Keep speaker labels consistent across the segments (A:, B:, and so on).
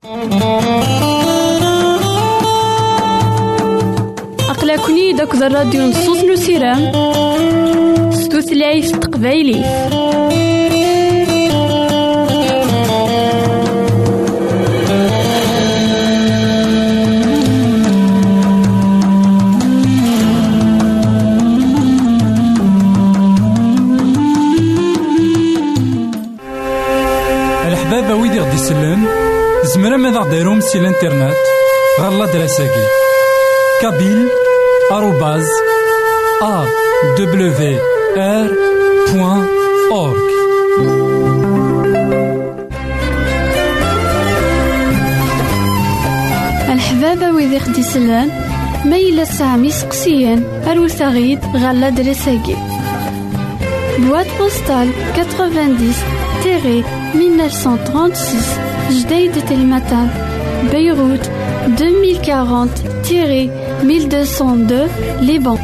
A: أقلكني داك الراديو نصوص نسيرام ستوثلايف تقبايلي.
B: الحبابة ويدي غدي يسلم زمرا ماذا غديرهم سي الانترنت غالا دراساكي kabyle@awr.org.
A: الحبابة ويدي غدي يسلم ما يلا سامي سقسيان أروثاغيد غالا دراساكي boîte postale 90-1936 Jdeï de Telmatan Beyrouth 2040-1202 Liban.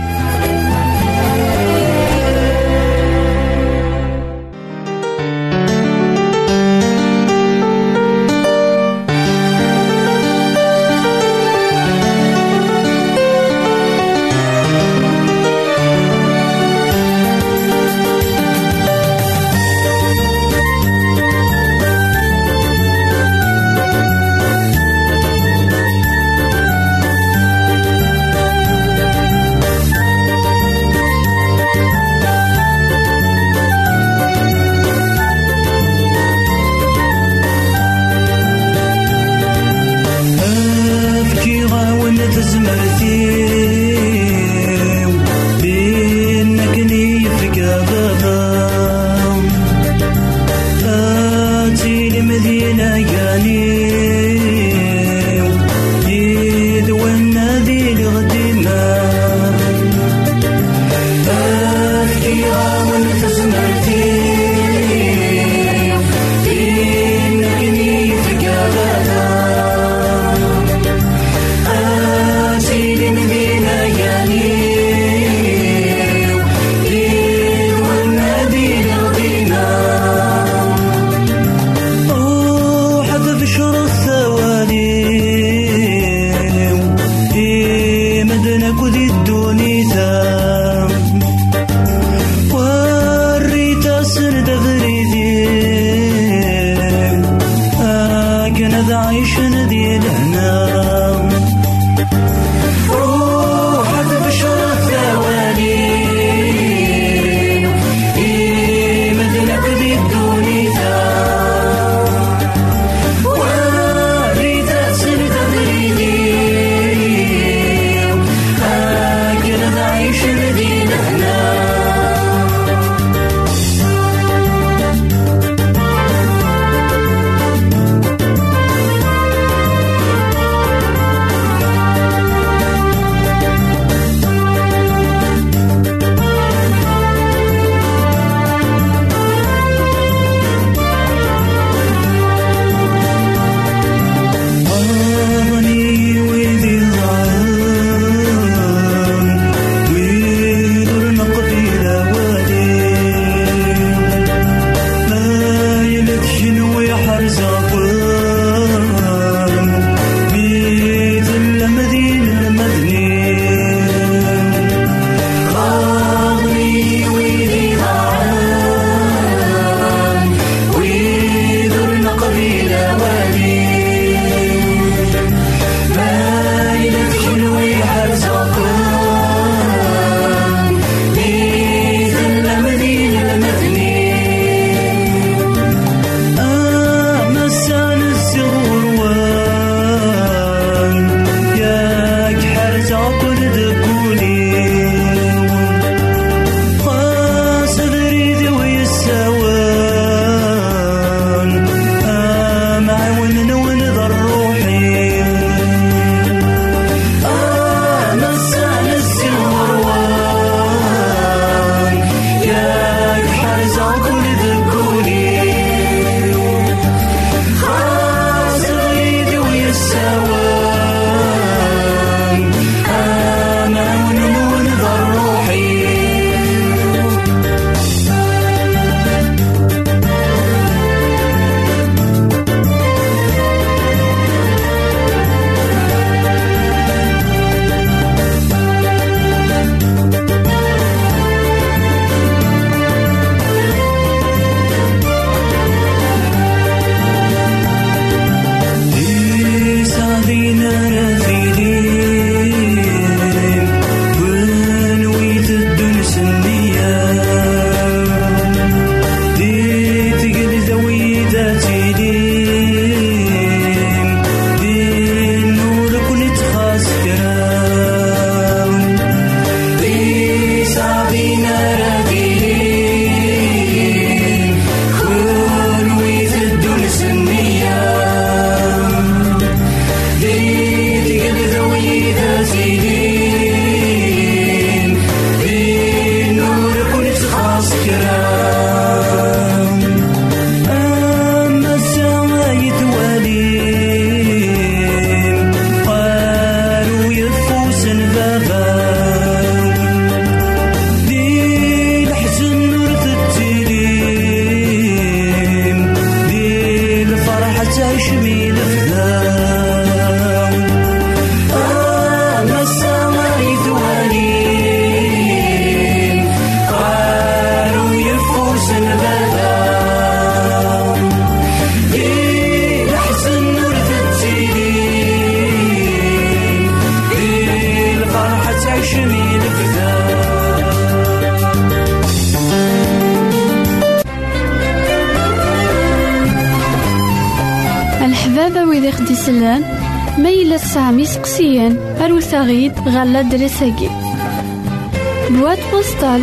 A: ديسلان ميلا سامي سقسيان أروثاغيد غالا دريساكي بواد بوستال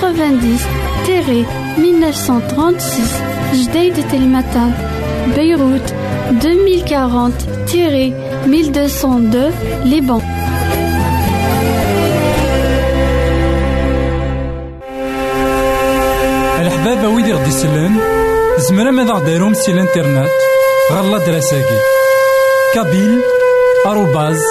A: 90-1936 جديد تلمتان بيروت 2040-1202 لبنان.
B: الحبابة ويدي غدي يسلن زمرا ماذا غديرهم سي الانترنت غالا دراساكي كابيل @awr.org.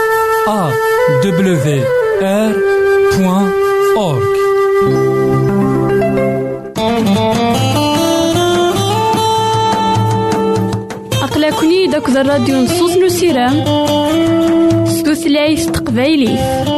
A: أقلكني داك الراديو نصوص نسيرام ستوثلايف تقبايلي.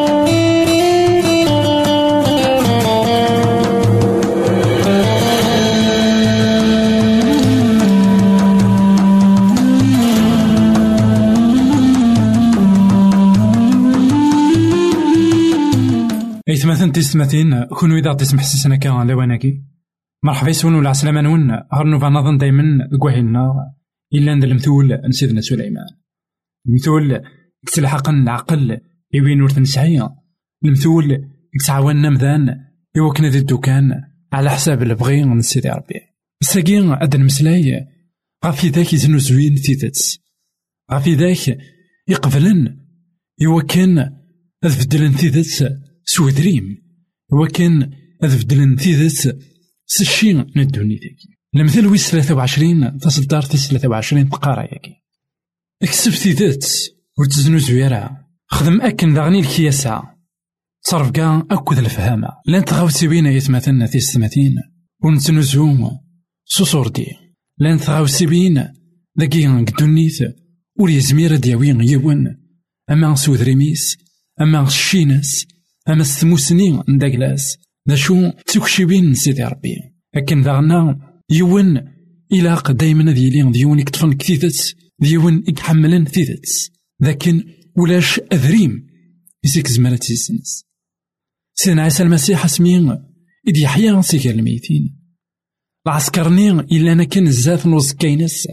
B: إثمثن تسمتين كونوا إذا تسمح سسنا كان لواناكي مرحبا يسون ولا عسلامة نون هرنوفا نظن دايما قوهينا إلا عند المثول نسيدنا سليمان المثول كتلحق العقل يوين ورث نسعيا المثول كتعاوننا مذان يوكنا ذي الدكان على حساب البغي من سيدي ربي الساقين أدن مسلاي غافي ذاك يزنو زوين تيتس غافي ذاك يقبلن يوكن أذبدلن تيتس سودريم وكان أذبدلن تيتس سشي ندوني ذاكي المثل ويس 23 تصل دار 23 تقارا ياكي اكسب تيتس وتزنو زويرا خدم أكن داغني الكياسة تصرف كاع أكد الفهامة لان تغاوسي بينا يتمثلنا في السماتين ونتنزو سوسور دي لان تغاوسي بينا ذاكي قدونيث ولي زميرة دياوين يوان أما سودريميس أما الشينس أما الثموسنين نداكلاس دا شو تكشي بين سيدي ربي لكن داغنا يوان إلاق دايما ديالين ديون يكتفن كتيتس ديون يتحملن تيتس لكن ولاش أذريم يسيك زمالة تيسنس سيدنا عيسى المسيح اسمين إذ يحيى سيكا الميتين العسكرنين إلا أنا كان الزات نوز كاينس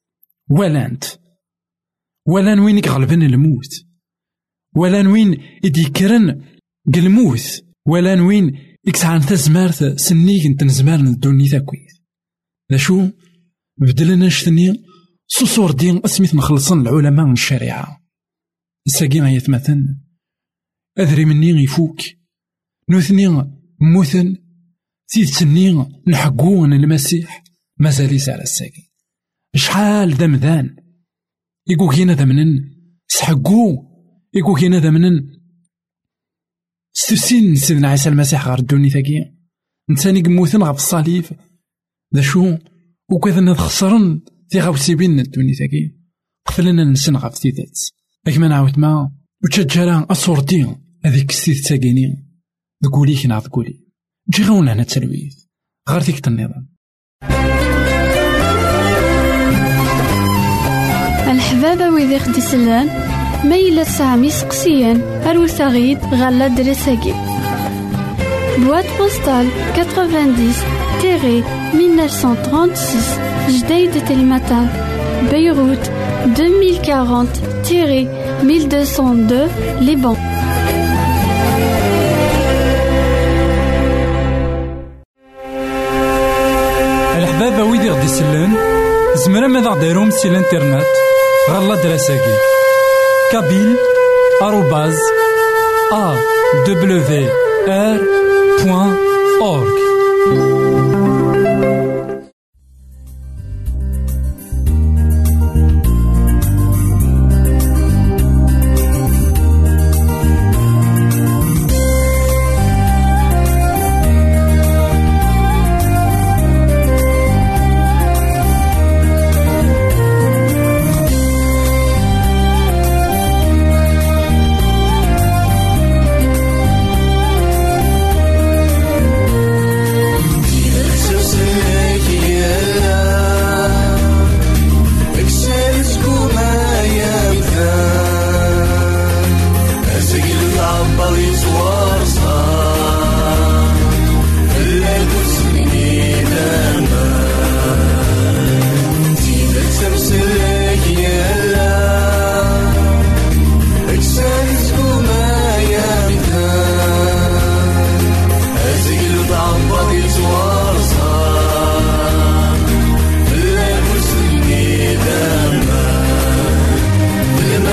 B: ولان وين يغلبن الموت ولان وين يديكرن الموت ولان وين يكسعن تزمارت سنيك انت نزمارن الدوني تاكويت لا شو بدلنا شتني صصور دين اسميت مخلصن العلماء من الشريعة الساقين يتمثل أذري مني يفوك نوثني موثن تيتسني نحقون المسيح مازال يسال الساقين شحال دمذان يقول هنا ذمنن سحقو يقول هنا ذمنن ستسين سيدنا عيسى المسيح غير الدوني ثاقي نتاني قموثن غف الصليب ذا شو وكذا نخسرن في غاوسي بين الدوني ثاقي قفلنا نسن غف تيتات أكما نعاود ما وتشجرا أصورتي هذيك ستيت ثاقيني ذكولي كنا ذكولي جي غونا هنا تلويث غير ذيك النظام
A: الحبابة ويدي خدي سلان ميلا سامي سقسيان أروثاغيد غالا دريساكي بواد بوستال 90-1936 جديد تلمتان بيروت 2040-1202 لبنان.
B: الحبابة ويدي غدي سلان زمرا ماذا غديرهم سي الانترنت غالا دراساكي كابيل @awr.org.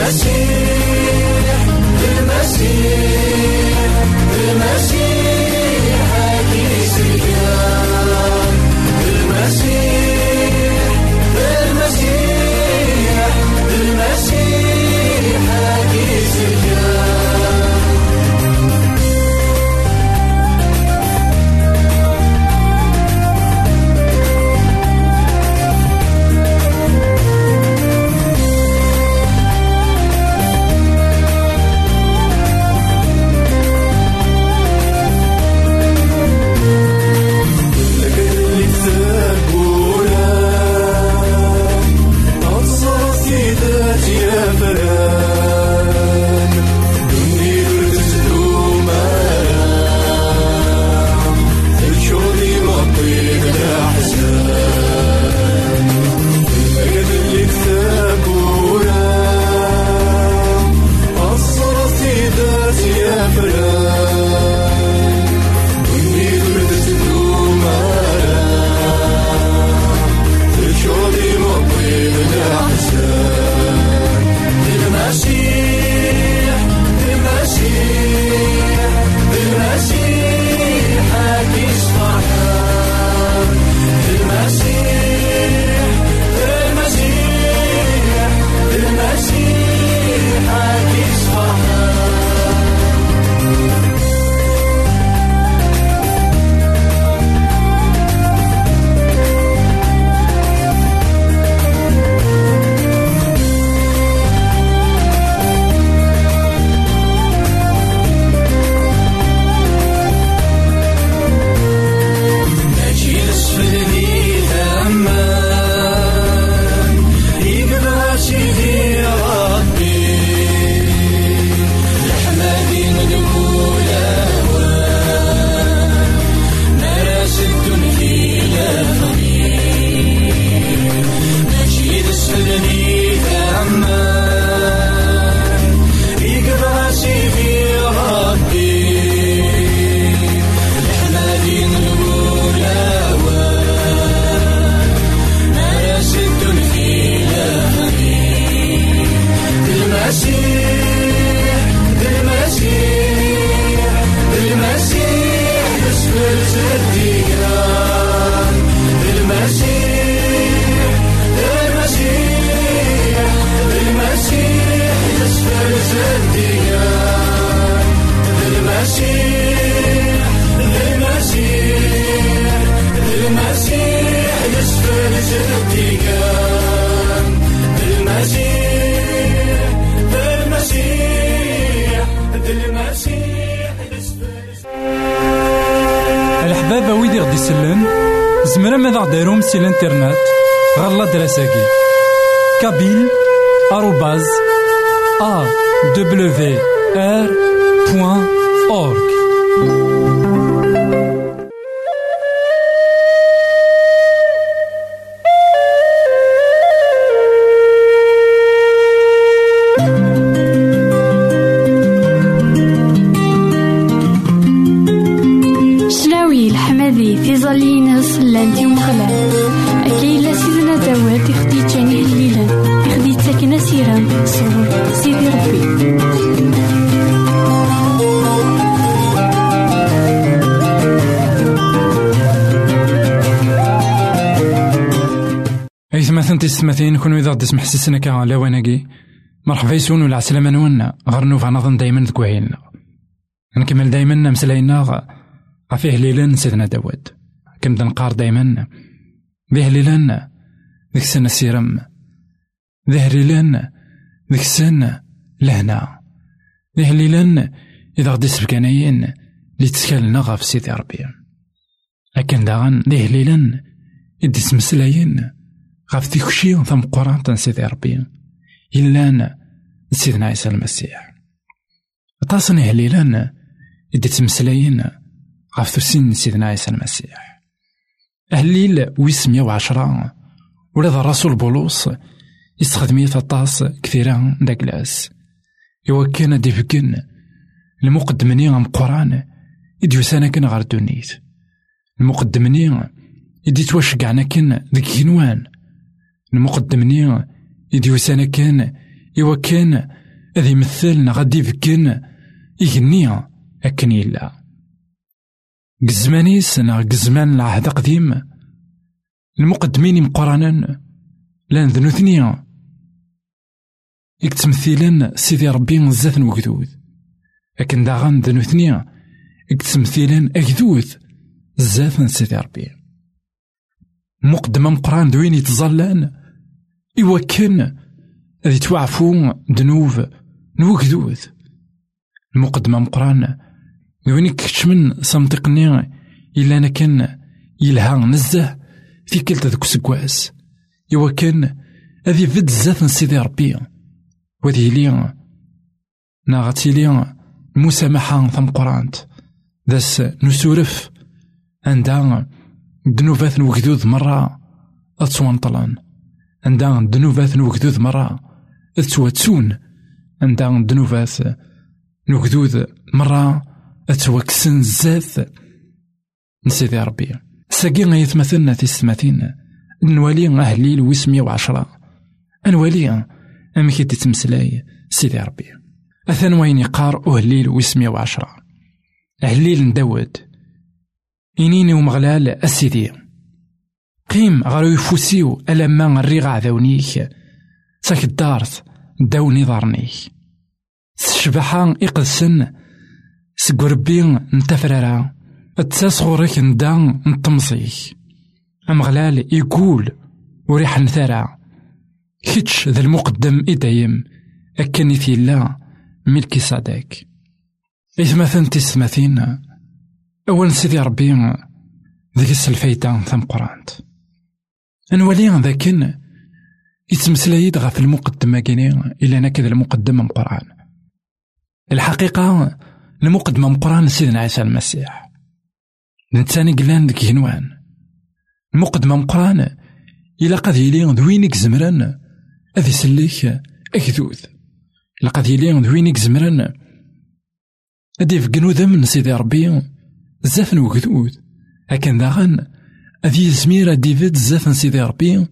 B: الحبابة ويدي غدي يسلم زمرا ماذا غديرهم سي الانترنت غالا دراساكي كابيل @awr.org.
A: في ظلين صلانتي ومخلان أكيلا سيدنا داوود يخدي تاني الليلان يخدي تاكنا سيران صور سيدي ربي.
B: أيثما ثنتي ستماثين كونو إذا غدي سمح سسنا كا لاواناكي مرحبا يسون ولا عسلامة نوانا غير نوفا نظن دايما ذكوهيلنا نكمل دايما مسلاينا غفيه ليلان سيدنا داود كنبدا نقار دايما ذيه ليلان ذيك السنة السيرم ذيه ليلان ذيك السنة لهنا ذيه ليلان إذا غدي سبكانيين لي تسكالنا غاف سيدي ربي لكن داغن ذيه ليلان يدي سمسلايين غاف ديك شي ثم قران تن سيدي ربي إلا سيدنا عيسى المسيح طاسني هليلان يدي تمسلايين غاف ثرسين سيدنا عيسى المسيح أهليل ويس 110 ولاد الرسول بولس يستخدمية الطاس كثيرا داكلاس إوا كان ديفكن المقدمني غام قران يديو سانا كن غار دونيت المقدمني يدي تواشقعنا كن ذيك كنوان المقدمني يديو سانا كان إوا كان هذا يمثلنا غادي فكن يغني أكن يلا قزمانيس نا قزمان العهد قديم المقدمين مقرانا لان ذنو ثنيا يكتمثيلن سيدي ربي الزاف وقدود لكن داغن ذنو ثنيا يكتمثيلن أكدود الزاف سيدي ربي مقدمة مقران دوين يتظلان إوا كان هذي توعفو ذنوب نوكدود المقدمة مقران دوين يكتشمن سمطقني إلا أنا كان يلها نزه في كلتا ذوك سكواس إوا كان هذي فد الزاف سيدي ربي وذي لي ناغتي لي المسامحة ثم قرانت داس نسورف عندها دنوبات نوكدود مرة أتوانطلان عندها دنوبات نوكدود مرة أتواتسون عندها دنوبات نوكدود مرة أتوكسن زاف نسيدي ربي ساقي غيتمثلنا في السماتين نوالي أهليل ويسمية وعشرة أنوالي أمكي تتمسلاي سيدي ربي أثان وين يقار أهليل ويسمية وعشرة أهليل نداود إنيني ومغلال أسيدي قيم غارو يفوسيو ألما الريغع ذاونيك ساك الدارت داوني ضارنيك الشبحان إقلسن سقربين نتفرارا التسغورك ندان نطمصيك أمغلال يقول وريح نثارا كتش ذا المقدم إدايم أكني ثيلا ملكي صداك إثمثن تسمثين أول سيدي ربي ذيك السلفايتا ثم قرانت أنوالي ذاكن يتمسلايد غا في المقدمة كيني إلا أنا كذا المقدمة مقران الحقيقة المقدمة مقران سيدنا عيسى المسيح نتاني قلان ذيك هنوان المقدمة مقران إلا قد يلين دوينك زمران أذي سليك أكذوذ إلا قد يلين دوينك زمران أدي فقنو ذا من سيدي ربي زافن وكذوذ هكذا داغن أذي زميرة ديفيد زافن سيدي ربي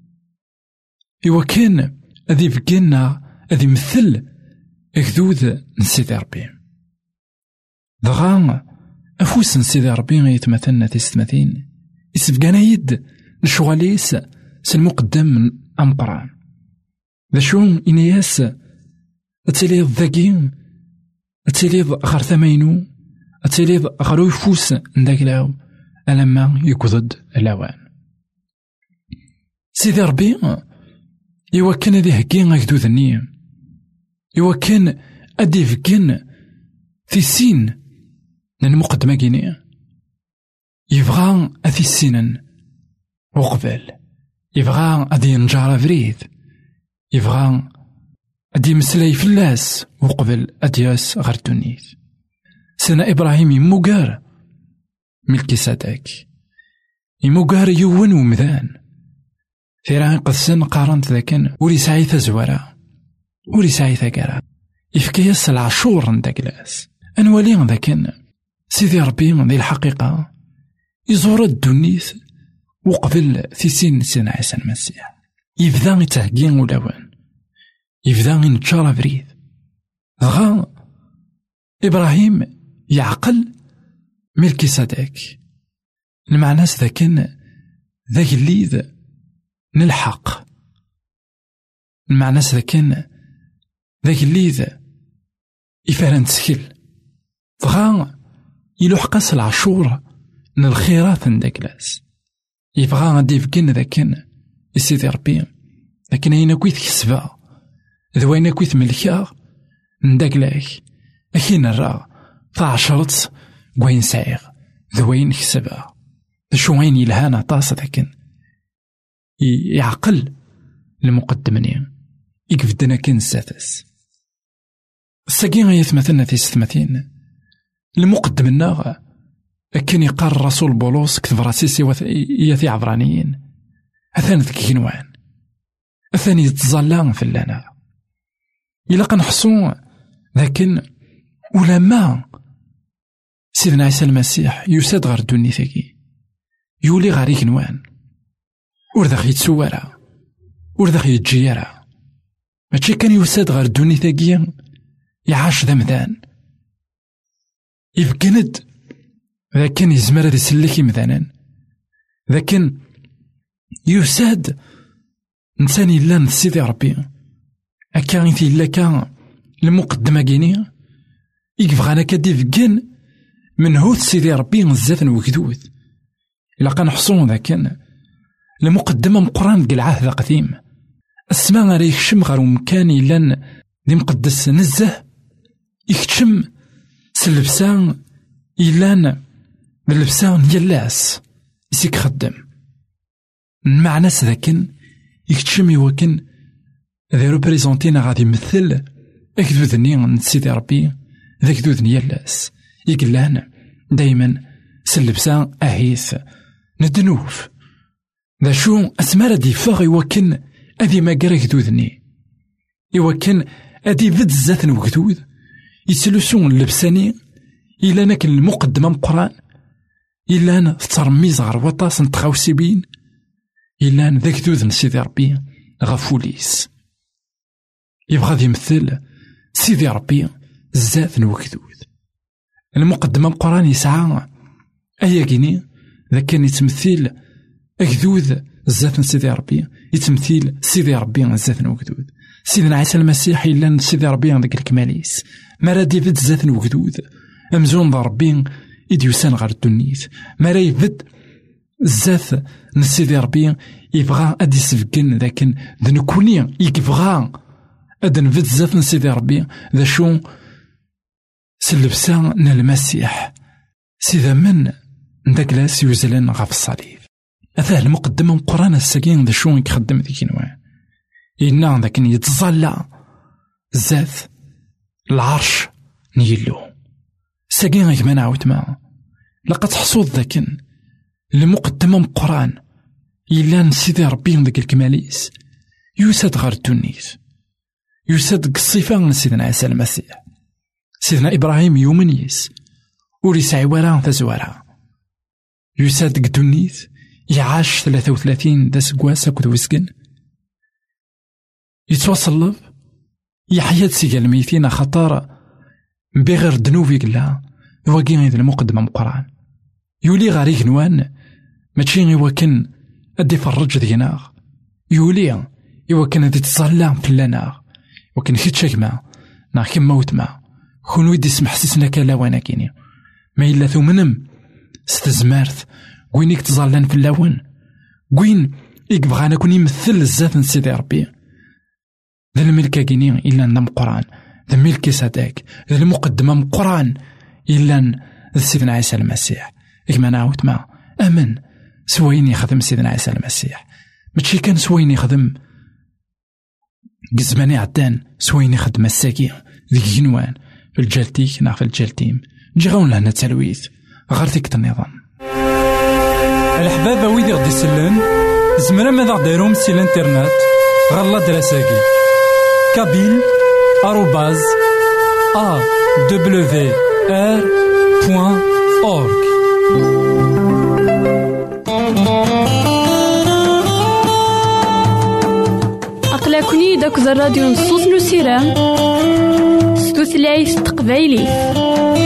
B: إوا كان أذي فقنا أذي مثل أكذوذ نسيدي ربي دغا أفوس نسيدي ربي يتمثلنا تستمثين يسفقنا يد نشواليس سالمقدم من أمقران ذا شو إنياس أتليض ذاكين أتليض غار ثمينو أتليض غارو يفوس نداك لاو ألما يكضد الأوان سيدي ربي إوا كان ذي هكين أكدو النية إوا كان أدي فكين في السين المقدمة كينية يبغى أثي السنن وقبل يبغى أدي ينجار فريد يبغى أدي مسلاي فلاس وقبل أدياس غير الدنيا سنة إبراهيم يموغار ملكي صداك يموغار يون ومذان ثيران قدسن قارنت ذاكن وري سعيثة زوارا وري سعيثة كارا يفكيس العشور نداكلاس أنوالي ذاكن سيدي ربي ذي الحقيقة يزور الدنيث وقبل في سن عيسى المسيح يبدا يتهجين ولوان يبدا ينتشار فريد غا إبراهيم يعقل ملكي صداك المعناس ذاكن ذاك الليذ نلحق المعناس ذاكن ذاك الليذ يفرن تسكيل غا يلوحقس العشور من الخيرات نداكلاس يبغى غادي يفكن ذاكن يسيدي ربي لكن أين كويت كسبا ذوين كويت ملكا نداكلاك أكين الرا فعشرت وين سايغ ذوين كسبا شو وين يلهانا طاس ذاكن يعقل المقدمني يكفدنا كن ساتس الساقين يثمثلنا في ستمثين المقدم الناغ لكن يقال الرسول بولس كتب راسيسي وثي عبرانيين أثان ذكي نوان أثان يتظلان في اللنا إلا قنحصو لكن ولما سيدنا عيسى المسيح يساد غير الدنيا ثقي يولي غاريك نوان وردخ يتسوارا وردخ يتجيارا ماشي كان يوساد غير الدوني ثاقيا يعاش ذا مذان يفقند ذا كان يزمر هذا يسلكي مذانا ذا كان يوساد إنسان إلا نسيدي ربي أكا غيثي إلا كان المقدمة كيني يكفغانا كدي فقن من هوت سيدي ربي نزاف وكذوث إلا كان حصون ذا كان المقدمة مقران قلعاه ذا قديم السماء غير يكشم غير مكان إلا ذي مقدس نزه يكتشم سلبسان إلا اللبسان يلاس يسيك خدم معنى ذاكن يكتشم يوكن ذي روبريزونتينا غادي يمثل أكدوذني نسيدي ربي ذاك دودني يلاس يقلان دايما سلبسان أهيث ندنوف ذا شو أسمار دي فاغ يوكن أذي ما قرأ كدوذني يوكن أذي فد الزات نوكدوذ يسلسون اللبساني إلا ناك المقدمة مقران إلا أنا ترميز غير وطاس نتخاوسي بين إلا أنا ذاك دود سيدي ربي غفوليس يبغى يمثل سيدي ربي الزات نوكدود المقدمة مقران يسعى أيا كيني ذاك كان يتمثل أكدود الزات سيدي ربي يتمثيل سيدي ربي الزات نوكدود سيدنا عيسى المسيح إلا سيدي ربي ذاك الكماليس ما راه ديفيد الزات نوكدود أمزون ذا ربي إديوسان غير الدنيت ما راه يفد الزات نسيدي ربي يبغى أدي سفكن ذاكن ذنكوني يكبغى أدي نفد الزات نسيدي ربي ذا شو سلبسان المسيح سيدا من نداك لاس يوزلان غاف الصليب أثاه المقدمة مقرانة الساكين ذا شو يخدم ذيك نوع إنا ذاك يتظلى الزات العرش نيلو ساكين غيك ما نعاود معاه لقد حصود ذاكن المقدمة مقران إلا سيدي ربي ذاك الكماليس يوساد غير الدنيس يوساد الصفة سيدنا عيسى المسيح سيدنا إبراهيم يومنيس وريسعي ورا تزوارا يوساد الدنيس يعاش 33 دا سكواس أكد وسكن يتوصل يحيا تسيقى الميتين خطر بغير دنوفي قلا يواقين هذا المقدمة مقران يولي غاريك نوان ماشي يوكن أدي فرج ديناغ يولي يوكن أدي تصلى في اللناغ وكن خيتشاك ما نا كما وتما كون ويدي سمح سيسنا كلا وانا كيني ما إلا ثمنم ستزمارت وينيك تظلان في اللون وين يبغانا كون يمثل الزات نسيدي ربي ذا الملكة كيني إلا نم قران ذا ملكي صداك ذا المقدمة مقران إلا سيدنا عيسى المسيح كما نعاود ما أمن سوين يخدم سيدنا عيسى المسيح ماشي كان سوين يخدم قزماني عدان سوين يخدم الساكي ذيك جنوان في الجالتيك نا في الجالتيم نجي غاون لهنا تلويث غير ديك النظام
C: الحبابة ويدي غدي يسلن زمرا ماذا غديرهم سي الانترنت غالا دراساكي كابيل آروباز awr.org
A: أقلكني داك الراديو نصوص نسيران ستوثلايف تقبايلي